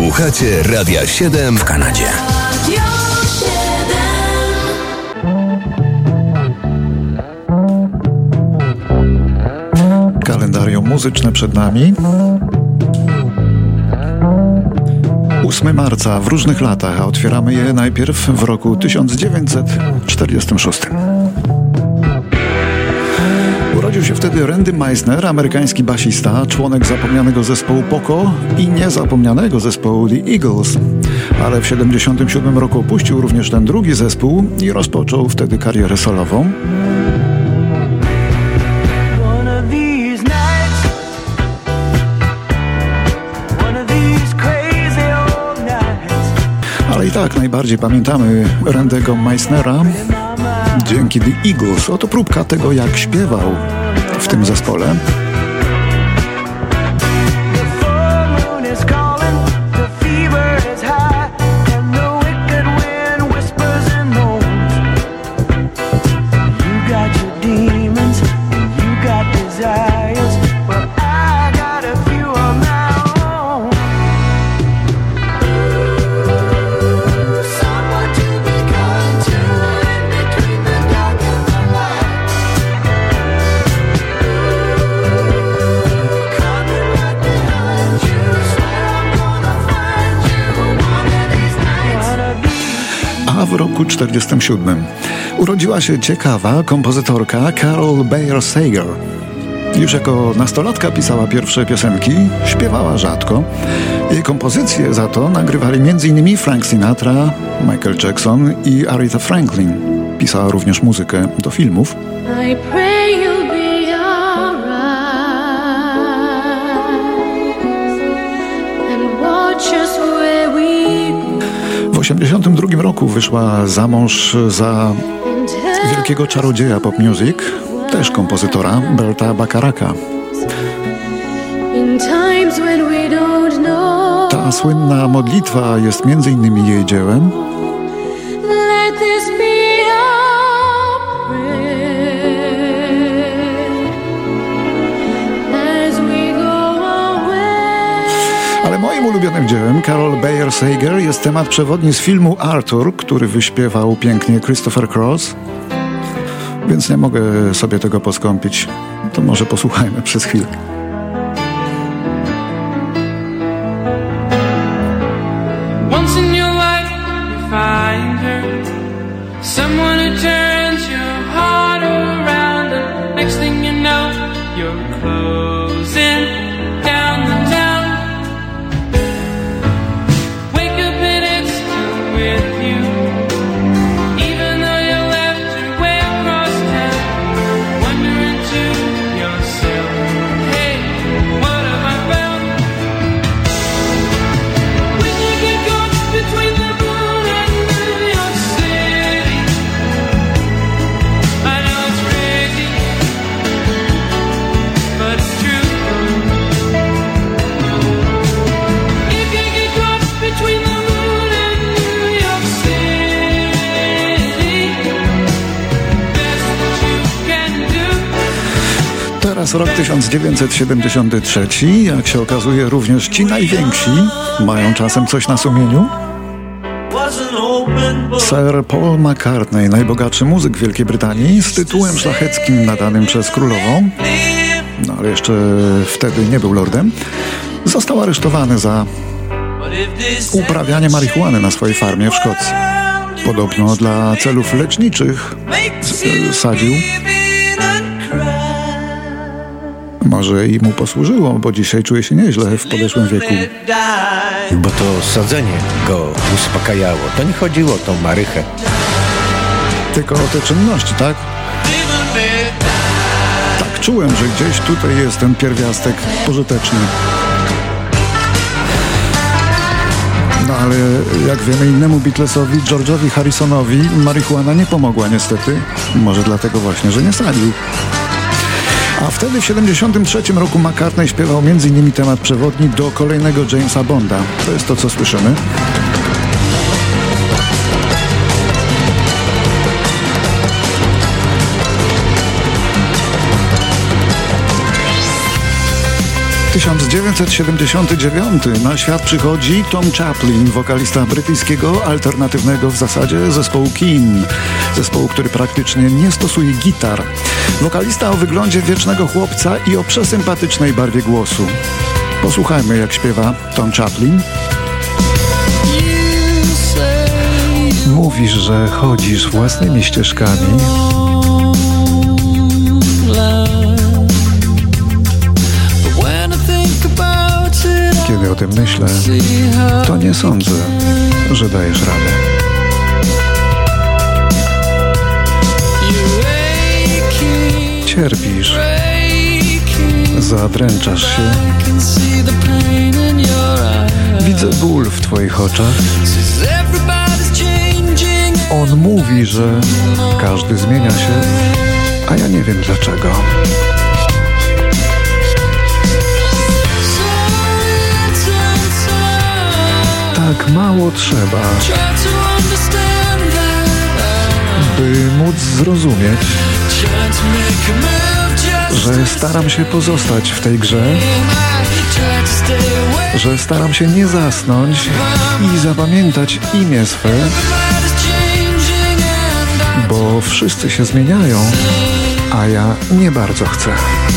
Słuchacie Radia 7 w Kanadzie. Kalendarium muzyczne przed nami. 8 marca w różnych latach, a otwieramy je najpierw w roku 1946. Urodził się wtedy Randy Meisner, amerykański basista, członek zapomnianego zespołu Poco i niezapomnianego zespołu The Eagles. Ale w 1977 roku opuścił również ten drugi zespół i rozpoczął wtedy karierę solową. Ale i tak najbardziej pamiętamy Randy'ego Meisnera dzięki The Eagles. Oto próbka tego, jak śpiewał w tym zespole. W roku 1947 urodziła się ciekawa kompozytorka Carol Bayer Sager. Już jako nastolatka pisała pierwsze piosenki, śpiewała rzadko. Jej kompozycje za to nagrywali m.in. Frank Sinatra, Michael Jackson i Aretha Franklin. Pisała również muzykę do filmów. W 1982 roku wyszła za mąż za wielkiego czarodzieja pop music, też kompozytora, Berta Bacharaka. Ta słynna modlitwa jest m.in. jej dziełem. Ale moim ulubionym dziełem Carol Bayer Sager jest temat przewodni z filmu Arthur, który wyśpiewał pięknie Christopher Cross, więc nie mogę sobie tego poskąpić. To może posłuchajmy przez chwilę. Once in your life you find her, someone who turns your heart around, and next thing you know you're closing down the town. Teraz rok 1973, jak się okazuje, również ci najwięksi mają czasem coś na sumieniu. Sir Paul McCartney, najbogatszy muzyk Wielkiej Brytanii, z tytułem szlacheckim nadanym przez królową, no ale jeszcze wtedy nie był lordem, został aresztowany za uprawianie marihuany na swojej farmie w Szkocji. Podobno dla celów leczniczych sadził. Może i mu posłużyło, bo dzisiaj czuje się nieźle w podeszłym wieku. Bo to sadzenie go uspokajało. To nie chodziło o tą marychę. Tylko o te czynności, tak? Tak, czułem, że gdzieś tutaj jest ten pierwiastek pożyteczny. No ale jak wiemy, innemu Beatlesowi, George'owi Harrisonowi, marihuana nie pomogła niestety. Może dlatego właśnie, że nie sadził. A wtedy w 1973 roku McCartney śpiewał m.in. temat przewodni do kolejnego Jamesa Bonda. To jest to, co słyszymy. 1979 na świat przychodzi Tom Chaplin, wokalista brytyjskiego, alternatywnego w zasadzie zespołu Keane. Zespołu, który praktycznie nie stosuje gitar. Wokalista o wyglądzie wiecznego chłopca i o przesympatycznej barwie głosu. Posłuchajmy, jak śpiewa Tom Chaplin. Mówisz, że chodzisz własnymi ścieżkami. Kiedy o tym myślę, to nie sądzę, że dajesz radę. Cierpisz, zadręczasz się. Widzę ból w twoich oczach. On mówi, że każdy zmienia się, a ja nie wiem dlaczego. Tak mało trzeba, by móc zrozumieć, że staram się pozostać w tej grze, że staram się nie zasnąć i zapamiętać imię swe, bo wszyscy się zmieniają, a ja nie bardzo chcę.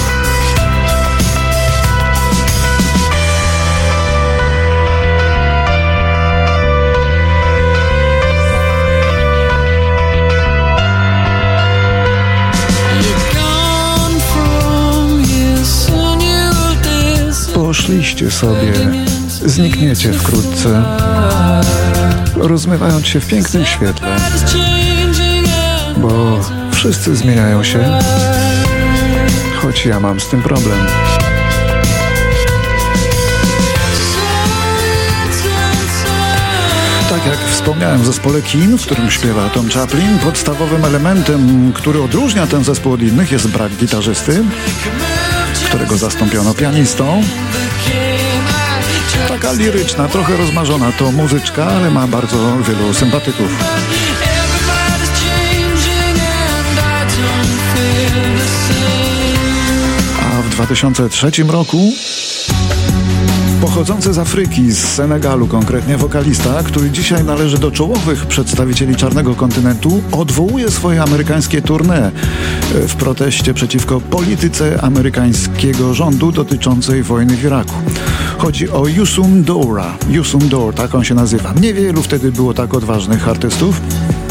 Poszliście sobie, znikniecie wkrótce, rozmywając się w pięknym świetle, bo wszyscy zmieniają się, choć ja mam z tym problem. Tak jak wspomniałem w zespole Keane, w którym śpiewa Tom Chaplin, podstawowym elementem, który odróżnia ten zespół od innych, jest brak gitarzysty, którego zastąpiono pianistą. Taka liryczna, trochę rozmarzona to muzyczka, ale ma bardzo wielu sympatyków. A w 2003 roku pochodzący z Afryki, z Senegalu konkretnie, wokalista, który dzisiaj należy do czołowych przedstawicieli czarnego kontynentu, odwołuje swoje amerykańskie tournée w proteście przeciwko polityce amerykańskiego rządu dotyczącej wojny w Iraku. Chodzi o Youssou N'Doura. Youssou N'Dour, tak on się nazywa. Niewielu wtedy było tak odważnych artystów.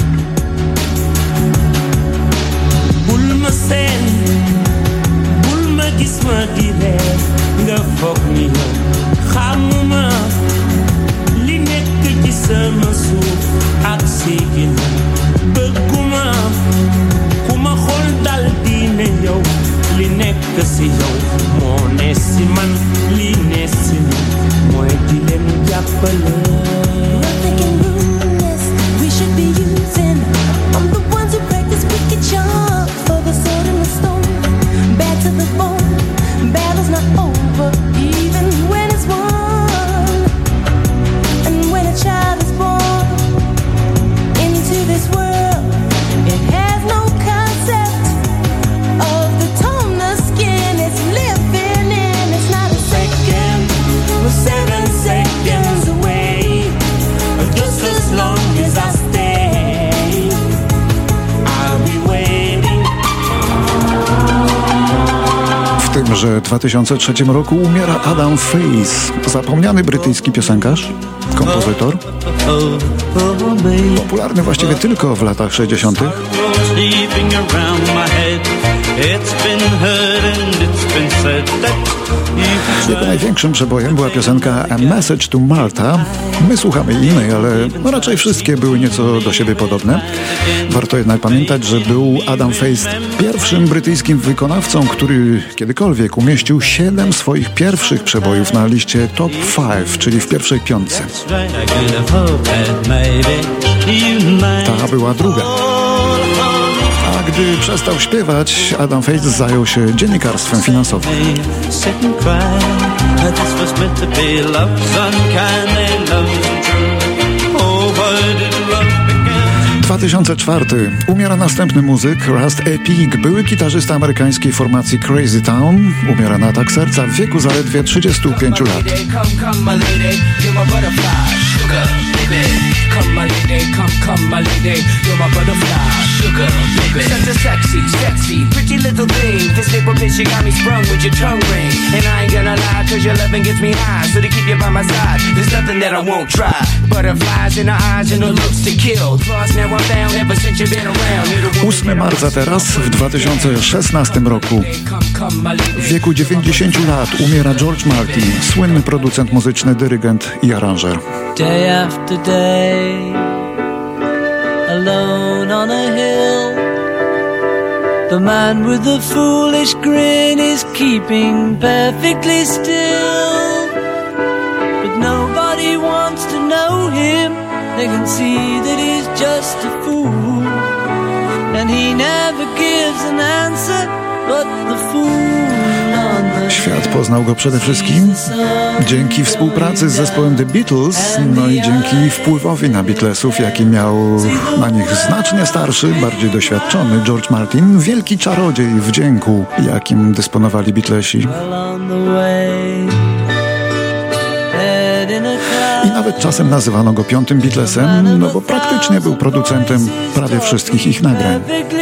Że w 2003 roku umiera Adam Faith, zapomniany brytyjski piosenkarz, kompozytor, popularny właściwie tylko w latach 60. Jego największym przebojem była piosenka A Message to Martha. My słuchamy innej, ale raczej wszystkie były nieco do siebie podobne. Warto jednak pamiętać, że był Adam Faith pierwszym brytyjskim wykonawcą, który kiedykolwiek umieścił 7 swoich pierwszych przebojów na liście Top 5, czyli w pierwszej piątce. Ta była druga. A gdy przestał śpiewać, Adam Faith zajął się dziennikarstwem finansowym. 2004 umiera następny muzyk Rust Epic, były gitarzysta amerykańskiej formacji Crazy Town. Umiera na atak serca w wieku zaledwie 35 lat. Come my lady, come my lady, you're my butterfly, sugar, baby. Such a sexy, pretty little thing. This little bitch, you got me sprung with your tongue ring. And I ain't gonna lie, cause your loving gets me high. So to keep you by my side, there's nothing that I won't try. Butterflies in her eyes and her looks to kill. Plus now I'm down ever since you've been around. 8 marca teraz, w 2016 roku. W wieku 90 lat umiera George Martin, słynny producent muzyczny, dyrygent i aranżer. Day after day, alone on a hill, the man with the foolish grin is keeping perfectly still. But nobody wants to know him, they can see that he's just a fool. And he never gives an answer, but the fool on the Świat poznał go przede wszystkim dzięki współpracy z zespołem The Beatles, no i dzięki wpływowi na Beatlesów, jaki miał na nich znacznie starszy, bardziej doświadczony George Martin, wielki czarodziej wdzięku, jakim dysponowali Beatlesi. I nawet czasem nazywano go piątym Beatlesem, no bo praktycznie był producentem prawie wszystkich ich nagrań.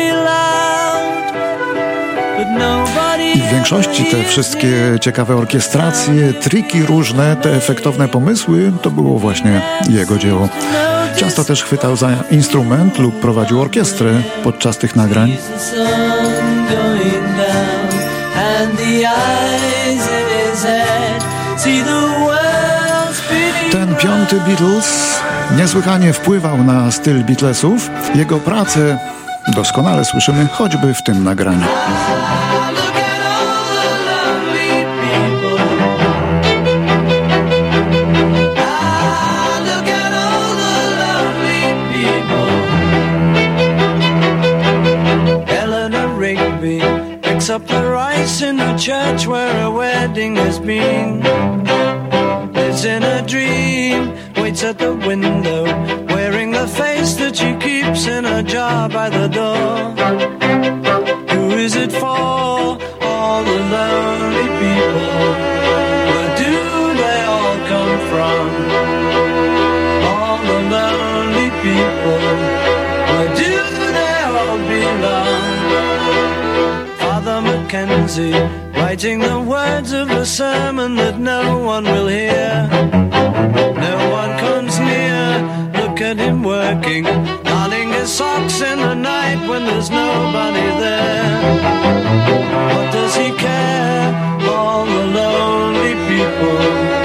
I w większości te wszystkie ciekawe orkiestracje, triki różne, te efektowne pomysły, to było właśnie jego dzieło. Często też chwytał za instrument lub prowadził orkiestrę podczas tych nagrań. Ten piąty Beatles niesłychanie wpływał na styl Beatlesów. Jego pracę doskonale słyszymy choćby w tym nagraniu. Picks up the rice in the church where a wedding has been. Lives in a dream, waits at the window, wearing the face that she keeps in a jar by the door. Who is it for? All the lonely people. Where do they all come from? All the lonely people. Where do they all belong? Father Mackenzie, writing the words of a sermon that no one will hear. No one comes near, look at him working, darning his socks in the night when there's nobody there. What does he care? All the lonely people.